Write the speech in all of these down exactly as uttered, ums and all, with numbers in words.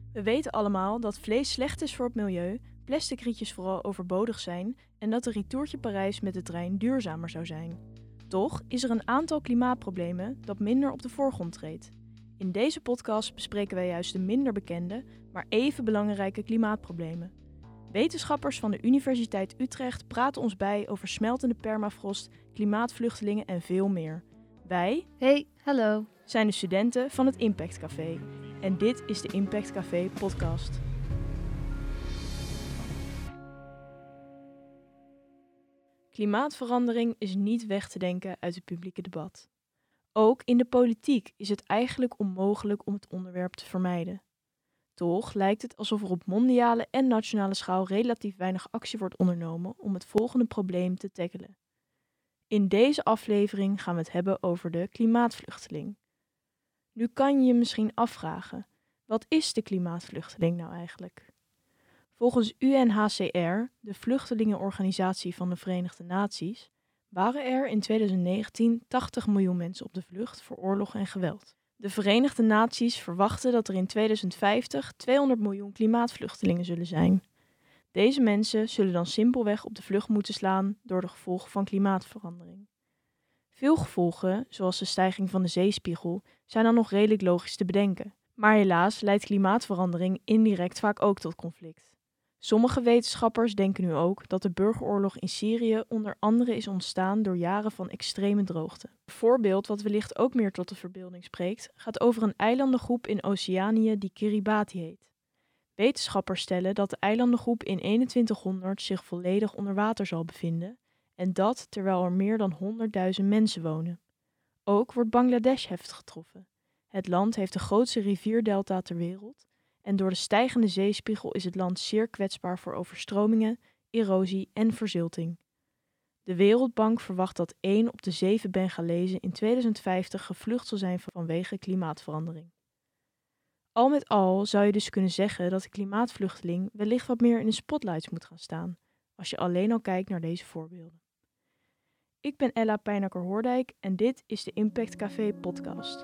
We weten allemaal dat vlees slecht is voor het milieu, plastic rietjes vooral overbodig zijn en dat een retourtje Parijs met de trein duurzamer zou zijn. Toch is er een aantal klimaatproblemen dat minder op de voorgrond treedt. In deze podcast bespreken wij juist de minder bekende, maar even belangrijke klimaatproblemen. Wetenschappers van de Universiteit Utrecht praten ons bij over smeltende permafrost, klimaatvluchtelingen en veel meer. Wij, Hey, hallo. zijn de studenten van het Impact Café. En dit is de Impact Café podcast. Klimaatverandering is niet weg te denken uit het publieke debat. Ook in de politiek is het eigenlijk onmogelijk om het onderwerp te vermijden. Toch lijkt het alsof er op mondiale en nationale schaal relatief weinig actie wordt ondernomen om het volgende probleem te tackelen. In deze aflevering gaan we het hebben over de klimaatvluchteling. Nu kan je je misschien afvragen, wat is de klimaatvluchteling nou eigenlijk? Volgens U N H C R, de vluchtelingenorganisatie van de Verenigde Naties, waren er in twintig negentien tachtig miljoen mensen op de vlucht voor oorlog en geweld. De Verenigde Naties verwachten dat er in tweeduizend vijftig tweehonderd miljoen klimaatvluchtelingen zullen zijn. Deze mensen zullen dan simpelweg op de vlucht moeten slaan door de gevolgen van klimaatverandering. Veel gevolgen, zoals de stijging van de zeespiegel, zijn dan nog redelijk logisch te bedenken. Maar helaas leidt klimaatverandering indirect vaak ook tot conflict. Sommige wetenschappers denken nu ook dat de burgeroorlog in Syrië onder andere is ontstaan door jaren van extreme droogte. Een voorbeeld wat wellicht ook meer tot de verbeelding spreekt, gaat over een eilandengroep in Oceanië die Kiribati heet. Wetenschappers stellen dat de eilandengroep in eenentwintighonderd zich volledig onder water zal bevinden, en dat terwijl er meer dan honderdduizend mensen wonen. Ook wordt Bangladesh heftig getroffen. Het land heeft de grootste rivierdelta ter wereld en door de stijgende zeespiegel is het land zeer kwetsbaar voor overstromingen, erosie en verzilting. De Wereldbank verwacht dat één op de zeven Bengalezen in tweeduizend vijftig gevlucht zal zijn vanwege klimaatverandering. Al met al zou je dus kunnen zeggen dat de klimaatvluchteling wellicht wat meer in de spotlights moet gaan staan, als je alleen al kijkt naar deze voorbeelden. Ik ben Ella Pijnacker-Hoordijk en dit is de Impact Café podcast.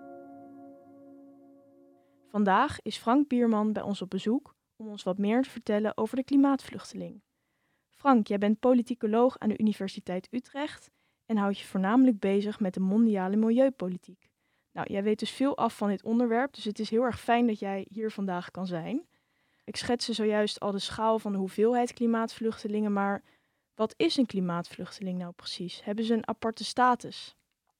Vandaag is Frank Bierman bij ons op bezoek om ons wat meer te vertellen over de klimaatvluchteling. Frank, jij bent politicoloog aan de Universiteit Utrecht en houdt je voornamelijk bezig met de mondiale milieupolitiek. Nou, jij weet dus veel af van dit onderwerp, dus het is heel erg fijn dat jij hier vandaag kan zijn. Ik schetste zojuist al de schaal van de hoeveelheid klimaatvluchtelingen, maar wat is een klimaatvluchteling nou precies? Hebben ze een aparte status?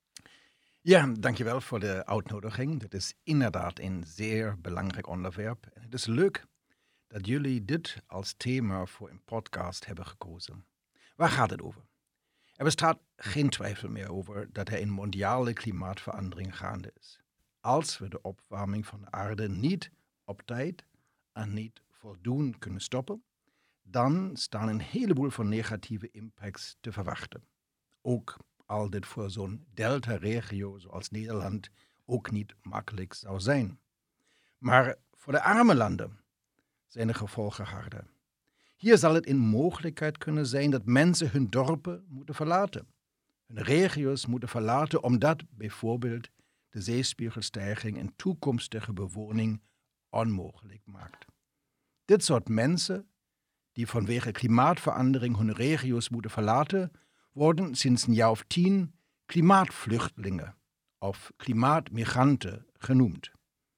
Ja, dankjewel voor de uitnodiging. Dit is inderdaad een zeer belangrijk onderwerp. En het is leuk dat jullie dit als thema voor een podcast hebben gekozen. Waar gaat het over? Er bestaat geen twijfel meer over dat er een mondiale klimaatverandering gaande is. Als we de opwarming van de aarde niet op tijd en niet voldoende kunnen stoppen, dan staan een heleboel van negatieve impacts te verwachten. Ook al dit voor zo'n delta-regio zoals Nederland ook niet makkelijk zou zijn. Maar voor de arme landen zijn de gevolgen harder. Hier zal het een mogelijkheid kunnen zijn dat mensen hun dorpen moeten verlaten. Hun regio's moeten verlaten omdat bijvoorbeeld de zeespiegelstijging een toekomstige bewoning onmogelijk maakt. Dit soort mensen die vanwege klimaatverandering hun regio's moeten verlaten, worden sinds een jaar of tien klimaatvluchtelingen of klimaatmigranten genoemd.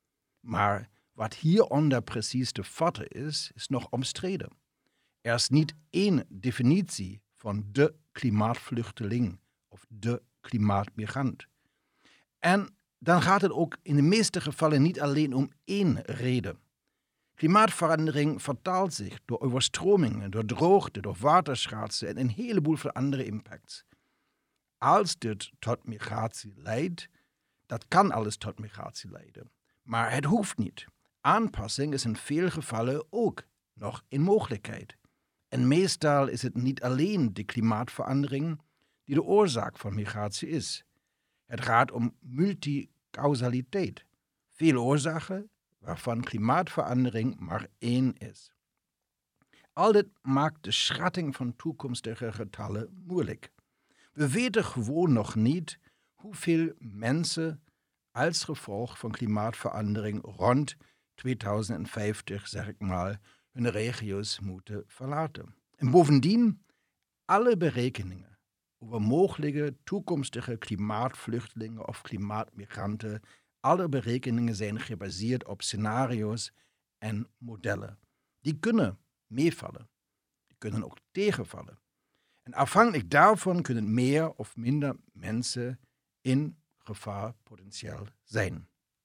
Maar wat hieronder precies te vatten is, is nog omstreden. Er is niet één definitie van de klimaatvluchteling of de klimaatmigrant. En dan gaat het ook in de meeste gevallen niet alleen om één reden. Klimaatverandering vertaalt zich door overstromingen, door droogte, door waterschaarste en een heleboel van andere impacts. Als dit tot migratie leidt, dat kan alles tot migratie leiden. Maar het hoeft niet. Aanpassing is in veel gevallen ook nog een mogelijkheid. En meestal is het niet alleen de klimaatverandering die de oorzaak van migratie is. Het gaat om multicausaliteit. Veel oorzaken waarvan klimaatverandering maar één is. Al dit maakt de schatting van toekomstige getallen moeilijk. We weten gewoon nog niet hoeveel mensen als gevolg van klimaatverandering rond tweeduizendvijftig, zeg ik maar, hun regio's moeten verlaten. En bovendien, alle berekeningen over mogelijke toekomstige klimaatvluchtelingen of klimaatmigranten, alle berekeningen zijn gebaseerd op scenario's en modellen. Die kunnen meevallen, die kunnen ook tegenvallen. En afhankelijk daarvan kunnen meer of minder mensen in gevaar potentieel zijn.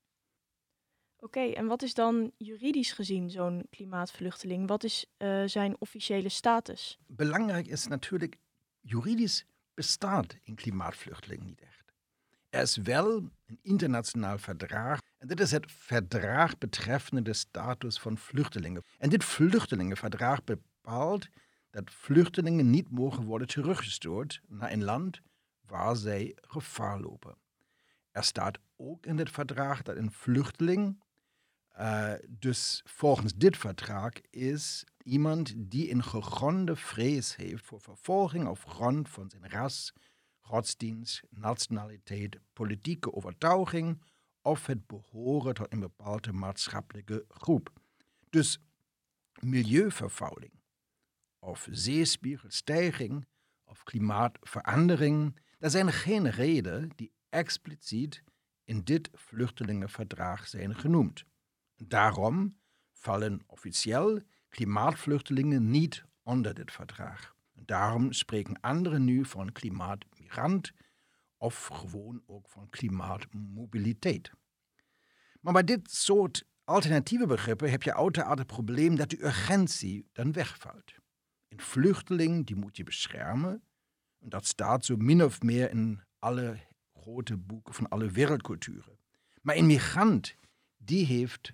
Oké, en wat is dan juridisch gezien zo'n klimaatvluchteling? Wat is uh, zijn officiële status? Belangrijk is natuurlijk, juridisch bestaat een klimaatvluchteling niet echt. Er is wel een internationaal verdrag en dit is het verdrag betreffende de status van vluchtelingen. En dit vluchtelingenverdrag bepaalt dat vluchtelingen niet mogen worden teruggestuurd naar een land waar zij gevaar lopen. Er staat ook in dit verdrag dat een vluchteling, uh, dus volgens dit verdrag, is iemand die een gegronde vrees heeft voor vervolging op grond van zijn ras, godsdienst, nationaliteit, politieke overtuiging of het behoren tot een bepaalde maatschappelijke groep. Dus milieuvervuiling of zeespiegelstijging of klimaatverandering, dat zijn geen redenen die expliciet in dit vluchtelingenverdrag zijn genoemd. Daarom vallen officieel klimaatvluchtelingen niet onder dit verdrag. Daarom spreken anderen nu van klimaatmigrant of gewoon ook van klimaatmobiliteit. Maar bij dit soort alternatieve begrippen heb je uiteraard het probleem dat de urgentie dan wegvalt. Een vluchteling die moet je beschermen. En dat staat zo min of meer in alle grote boeken van alle wereldculturen. Maar een migrant, die heeft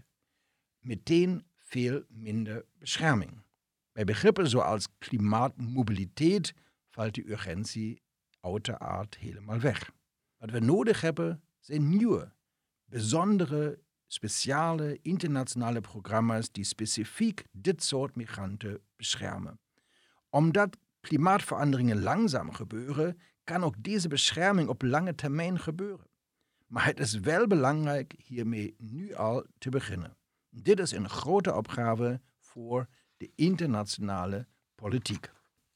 meteen veel minder bescherming. Bij begrippen zoals klimaatmobiliteit valt die urgentie uiteraard helemaal weg. Wat we nodig hebben zijn nieuwe, bijzondere, speciale internationale programma's die specifiek dit soort migranten beschermen. Omdat klimaatveranderingen langzaam gebeuren, kan ook deze bescherming op lange termijn gebeuren. Maar het is wel belangrijk hiermee nu al te beginnen. Dit is een grote opgave voor de internationale politiek.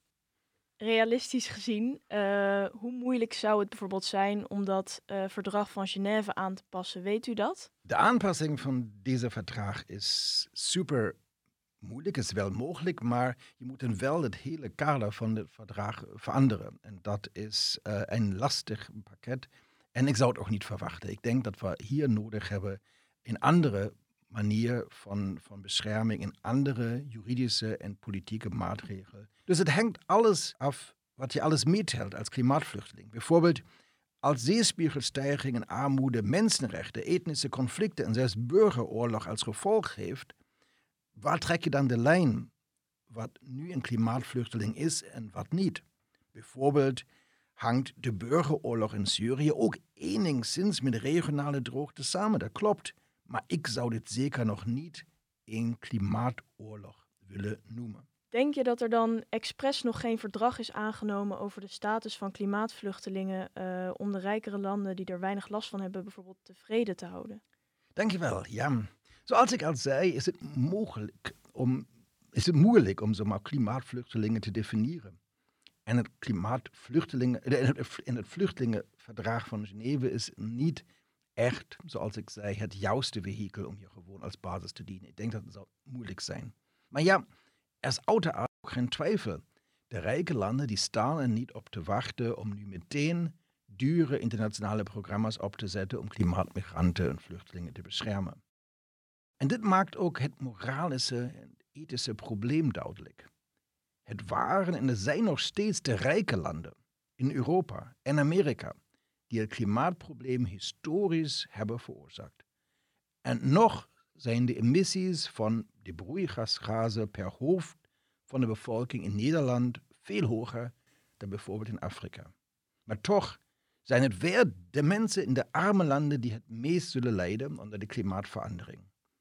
Realistisch gezien, uh, hoe moeilijk zou het bijvoorbeeld zijn om dat uh, verdrag van Genève aan te passen? Weet u dat? De aanpassing van deze verdrag is super moeilijk, is wel mogelijk, maar je moet dan wel het hele kader van het verdrag veranderen. En dat is uh, een lastig pakket. En ik zou het ook niet verwachten. Ik denk dat we hier nodig hebben een andere manier van, van bescherming, een andere juridische en politieke maatregelen. Dus het hangt alles af wat je alles meetelt als klimaatvluchteling. Bijvoorbeeld als zeespiegelstijging en armoede, mensenrechten, etnische conflicten en zelfs burgeroorlog als gevolg heeft, waar trek je dan de lijn wat nu een klimaatvluchteling is en wat niet? Bijvoorbeeld hangt de burgeroorlog in Syrië ook enigszins met de regionale droogte samen. Dat klopt. Maar ik zou dit zeker nog niet een klimaatoorlog willen noemen. Denk je dat er dan expres nog geen verdrag is aangenomen over de status van klimaatvluchtelingen uh, om de rijkere landen die er weinig last van hebben bijvoorbeeld tevreden te houden? Dankjewel, ja. Zoals ik al zei, is het mogelijk om, is het moeilijk om zomaar klimaatvluchtelingen te definiëren. En het klimaatvluchtelingen, en het vluchtelingenverdrag van Genève is niet echt, zoals ik zei, het juiste vehikel om hier gewoon als basis te dienen. Ik denk dat het zou moeilijk zijn. Maar ja, er is uiteraard ook geen twijfel. De rijke landen die staan er niet op te wachten om nu meteen dure internationale programma's op te zetten om klimaatmigranten en vluchtelingen te beschermen. En dit maakt ook het moralische en ethische probleem duidelijk. Het waren en er zijn nog steeds de rijke landen in Europa en Amerika die het klimaatprobleem historisch hebben veroorzaakt. En nog zijn de emissies van de broeikasgazen per hoofd van de bevolking in Nederland veel hoger dan bijvoorbeeld in Afrika. Maar toch zijn het weer de mensen in de arme landen die het meest zullen lijden onder de klimaatverandering.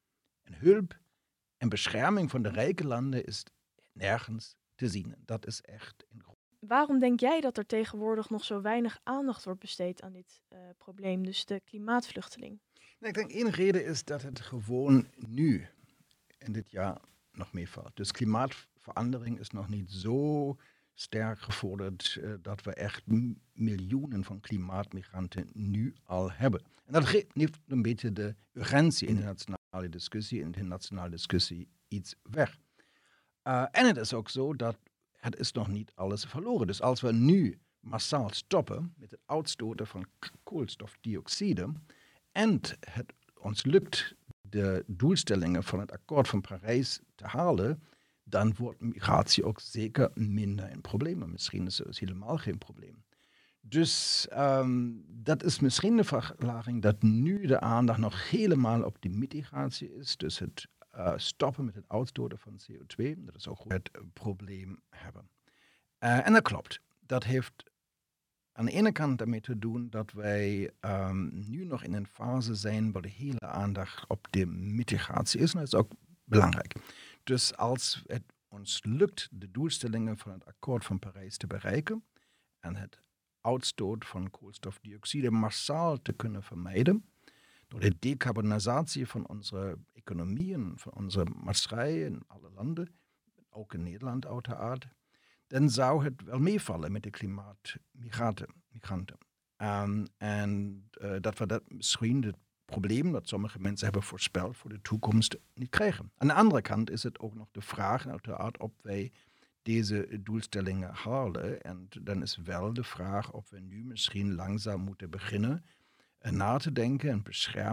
En hulp en bescherming van de rijke landen is nergens te zien. Dat is echt een groot. Waarom denk jij dat er tegenwoordig nog zo weinig aandacht wordt besteed aan dit uh, probleem, dus de klimaatvluchteling? Ik denk één reden is dat het gewoon nu in dit jaar nog meevalt. Dus klimaatverandering is nog niet zo sterk gevorderd uh, dat we echt m- miljoenen van klimaatmigranten nu al hebben. En dat ge- neemt een beetje de urgentie in de nationale discussie, in de nationale discussie iets weg. Uh, en het is ook zo dat het is nog niet alles verloren. Dus als we nu massaal stoppen met het uitstoten van k- koolstofdioxide en het ons lukt de doelstellingen van het akkoord van Parijs te halen, dan wordt migratie ook zeker minder een probleem. Misschien is het helemaal geen probleem. Dus um, dat is misschien de verklaring dat nu de aandacht nog helemaal op die mitigatie is. Dus het uh, stoppen met het uitstoten van C O twee. Dat is ook het probleem hebben. Uh, en dat klopt. Dat heeft aan de ene kant daarmee te doen dat wij um, nu nog in een fase zijn waar de hele aandacht op de mitigatie is. En dat is ook belangrijk. Dus als het ons lukt de doelstellingen van het akkoord van Parijs te bereiken en het uitstoot van koolstofdioxide massaal te kunnen vermijden, door de decarbonisatie van onze economieën, van onze maatschappij in alle landen, ook in Nederland uiteraard, dan zou het wel meevallen met de klimaatmigranten. Um, en uh, dat we dat misschien het probleem dat sommige mensen hebben voorspeld voor de toekomst niet krijgen. Aan de andere kant is het ook nog de vraag, uiteraard, of wij deze doelstellingen halen. En dan is wel de vraag of we nu misschien langzaam moeten beginnen uh, na te denken en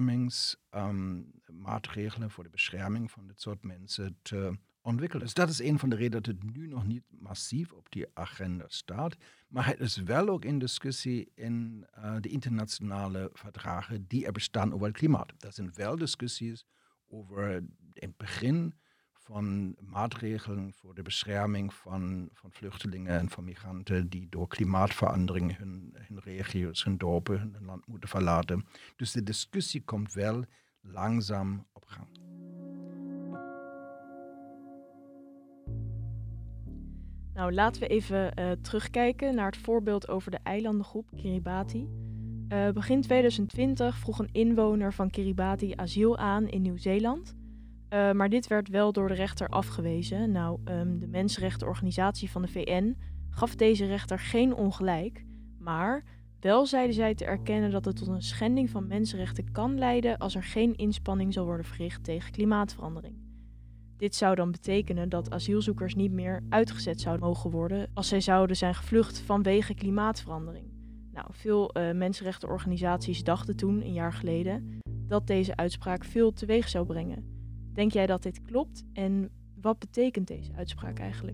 beschermingsmaatregelen um, voor de bescherming van dit soort mensen te ontwikkelen. Dus dat is een van de redenen dat het nu nog niet massief op die agenda staat. Maar het is wel ook in discussie in uh, de internationale verdragen die er bestaan over het klimaat. Dat zijn wel discussies over het begin van maatregelen voor de bescherming van, van vluchtelingen en van migranten die door klimaatverandering hun, hun regio's, hun dorpen, hun land moeten verlaten. Dus de discussie komt wel langzaam op gang. Nou, laten we even uh, terugkijken naar het voorbeeld over de eilandengroep Kiribati. Uh, begin twintig twintig vroeg een inwoner van Kiribati asiel aan in Nieuw-Zeeland. Uh, maar dit werd wel door de rechter afgewezen. Nou, um, de mensenrechtenorganisatie van de V N gaf deze rechter geen ongelijk. Maar wel zeiden zij te erkennen dat het tot een schending van mensenrechten kan leiden als er geen inspanning zal worden verricht tegen klimaatverandering. Dit zou dan betekenen dat asielzoekers niet meer uitgezet zouden mogen worden als zij zouden zijn gevlucht vanwege klimaatverandering. Nou, veel uh, mensenrechtenorganisaties dachten toen, een jaar geleden, dat deze uitspraak veel teweeg zou brengen. Denk jij dat dit klopt en wat betekent deze uitspraak eigenlijk?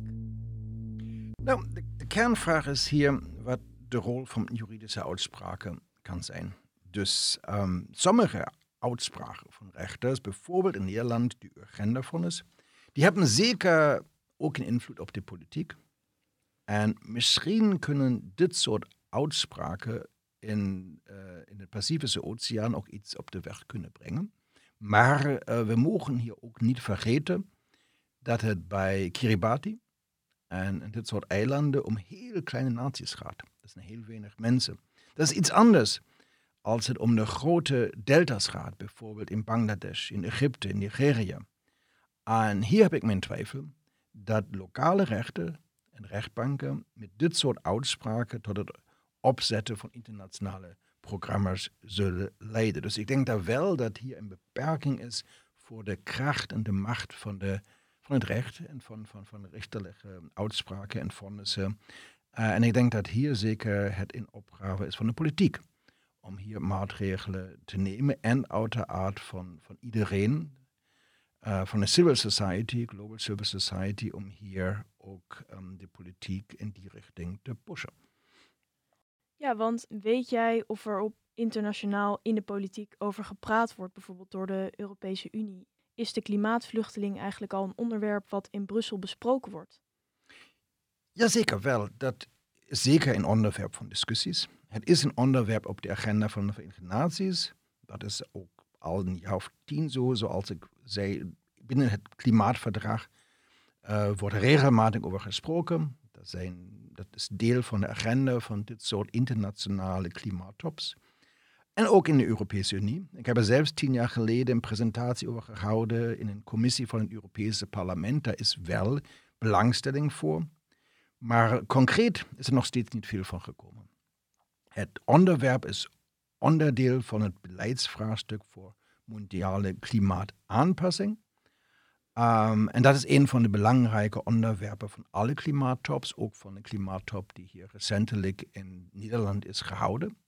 Nou, de, de kernvraag is hier wat de rol van juridische uitspraken kan zijn. Dus um, sommige uitspraken van rechters, bijvoorbeeld in Nederland die Urgenda-vonnis, die hebben zeker ook een invloed op de politiek. En misschien kunnen dit soort uitspraken in, uh, in het Pacifische Oceaan ook iets op de weg kunnen brengen. Maar uh, we mogen hier ook niet vergeten dat het bij Kiribati en, en dit soort eilanden om heel kleine naties gaat. Dat zijn heel weinig mensen. Dat is iets anders als het om de grote delta's gaat, bijvoorbeeld in Bangladesh, in Egypte, in Nigeria. En hier heb ik mijn twijfel dat lokale rechten en rechtbanken met dit soort uitspraken tot het opzetten van internationale programma's zullen leiden. Dus ik denk daar wel dat hier een beperking is voor de kracht en de macht van, de, van het recht en van, van, van rechterlijke uitspraken en vonnissen. Uh, en ik denk dat hier zeker het in opgave is van de politiek om hier maatregelen te nemen en uiteraard van, van iedereen, uh, van de civil society, global civil society, om hier ook um, de politiek in die richting te pushen. Ja, want weet jij of er op internationaal in de politiek over gepraat wordt, bijvoorbeeld door de Europese Unie? Is de klimaatvluchteling eigenlijk al een onderwerp wat in Brussel besproken wordt? Jazeker wel. Dat is zeker een onderwerp van discussies. Het is een onderwerp op de agenda van de Verenigde Naties. Dat is ook al een jaar of tien zo, zoals ik zei. Binnen het klimaatverdrag uh, wordt er regelmatig over gesproken. Dat, zijn, dat is deel van de agenda van dit soort internationale klimaattops. En ook in de Europese Unie. Ik heb er zelfs tien jaar geleden een presentatie over gehouden in een commissie van het Europese parlement. Daar is wel belangstelling voor. Maar concreet is er nog steeds niet veel van gekomen. Het onderwerp is onderdeel van het beleidsvraagstuk voor mondiale klimaataanpassing. Um, en dat is een van de belangrijke onderwerpen van alle klimaattops, ook van de klimaattop die hier recentelijk in Nederland is gehouden.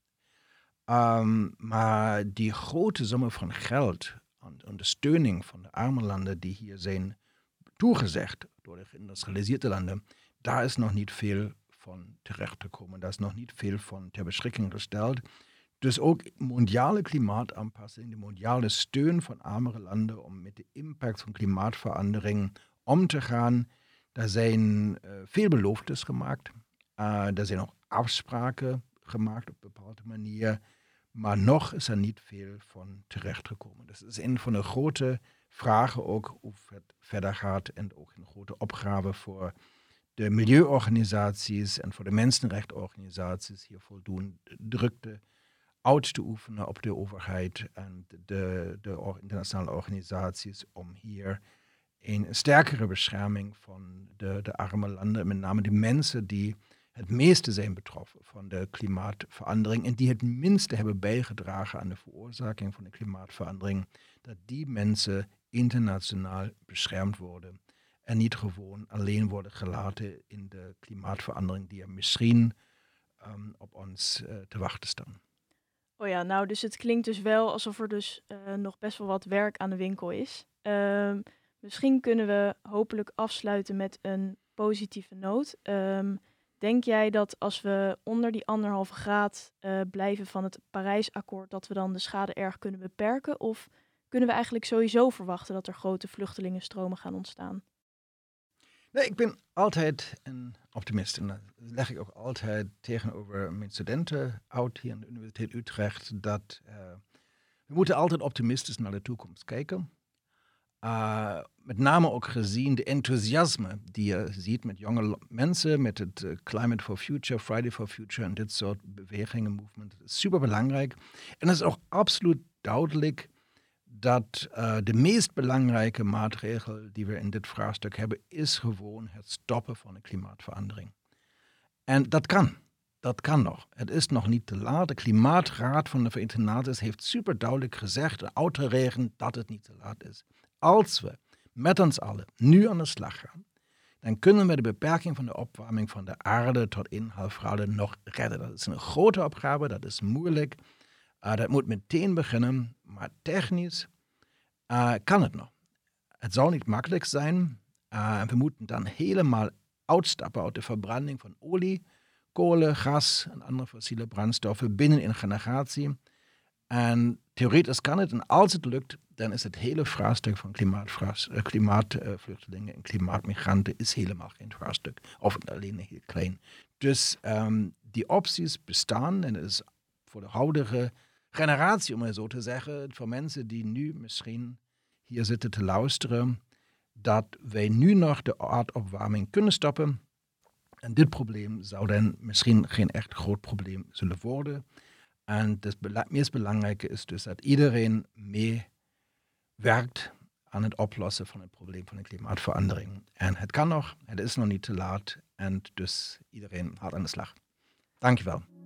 Um, maar die grote sommen van geld en ondersteuning van de arme landen die hier zijn toegezegd door de geïndustrialiseerde landen, daar is nog niet veel van terecht te komen. Daar is nog niet veel van ter beschikking gesteld. Dus ook mondiale klimaataanpassing, de mondiale steun van armere landen om met de impact van klimaatverandering om te gaan. Daar zijn uh, veel beloftes gemaakt. Uh, er zijn ook afspraken gemaakt op een bepaalde manier. Maar nog is er niet veel van terechtgekomen. Dat is een van de grote vragen ook hoe het verder gaat. En ook een grote opgave voor de milieuorganisaties en voor de mensenrechtenorganisaties hier voldoende drukte uit te oefenen op de overheid en de, de internationale organisaties om hier een sterkere bescherming van de, de arme landen, met name de mensen die het meeste zijn betroffen van de klimaatverandering en die het minste hebben bijgedragen aan de veroorzaking van de klimaatverandering, dat die mensen internationaal beschermd worden en niet gewoon alleen worden gelaten in de klimaatverandering die er misschien um, op ons uh, te wachten staan. Oh ja, nou, dus het klinkt dus wel alsof er dus uh, nog best wel wat werk aan de winkel is. Um, misschien kunnen we hopelijk afsluiten met een positieve noot. Um, denk jij dat als we onder die anderhalve graad uh, blijven van het Parijsakkoord, dat we dan de schade erg kunnen beperken? Of kunnen we eigenlijk sowieso verwachten dat er grote vluchtelingenstromen gaan ontstaan? Nee, ik ben altijd een optimist. En dat leg ik ook altijd tegenover mijn studenten uit hier aan de Universiteit Utrecht. Dat uh, we moeten altijd optimistisch naar de toekomst kijken. Uh, met name ook gezien de enthousiasme die je ziet met jonge mensen, met het uh, Climate for Future, Friday for Future en dit soort bewegingen, movement. Dat is super belangrijk. En het is ook absoluut duidelijk dat uh, de meest belangrijke maatregel die we in dit vraagstuk hebben, is gewoon het stoppen van de klimaatverandering. En dat kan. Dat kan nog. Het is nog niet te laat. De Klimaatraad van de Verenigde Naties heeft super duidelijk gezegd, en uitgerekend, dat het niet te laat is. Als we met ons allen nu aan de slag gaan, dan kunnen we de beperking van de opwarming van de aarde tot anderhalf graden nog redden. Dat is een grote opgave, dat is moeilijk. Uh, dat moet meteen beginnen, maar technisch uh, kan het nog. Het zal niet makkelijk zijn. Uh, we moeten dan helemaal uitstappen uit de verbranding van olie, kolen, gas en andere fossiele brandstoffen binnen een generatie. En theoretisch kan het, en als het lukt, dan is het hele vraagstuk van klimaatvluchtelingen en klimaatmigranten is helemaal geen vraagstuk. Of alleen heel klein. Dus um, die opties bestaan en het is voor de huidige generatie, om het zo te zeggen, voor mensen die nu misschien hier zitten te luisteren, dat wij nu nog de aardopwarming kunnen stoppen. En dit probleem zou dan misschien geen echt groot probleem zullen worden. En het bela- meest belangrijke is dus dat iedereen meewerkt aan het oplossen van het probleem van de klimaatverandering. En het kan nog, het is nog niet te laat en dus iedereen hard aan de slag. Dankjewel.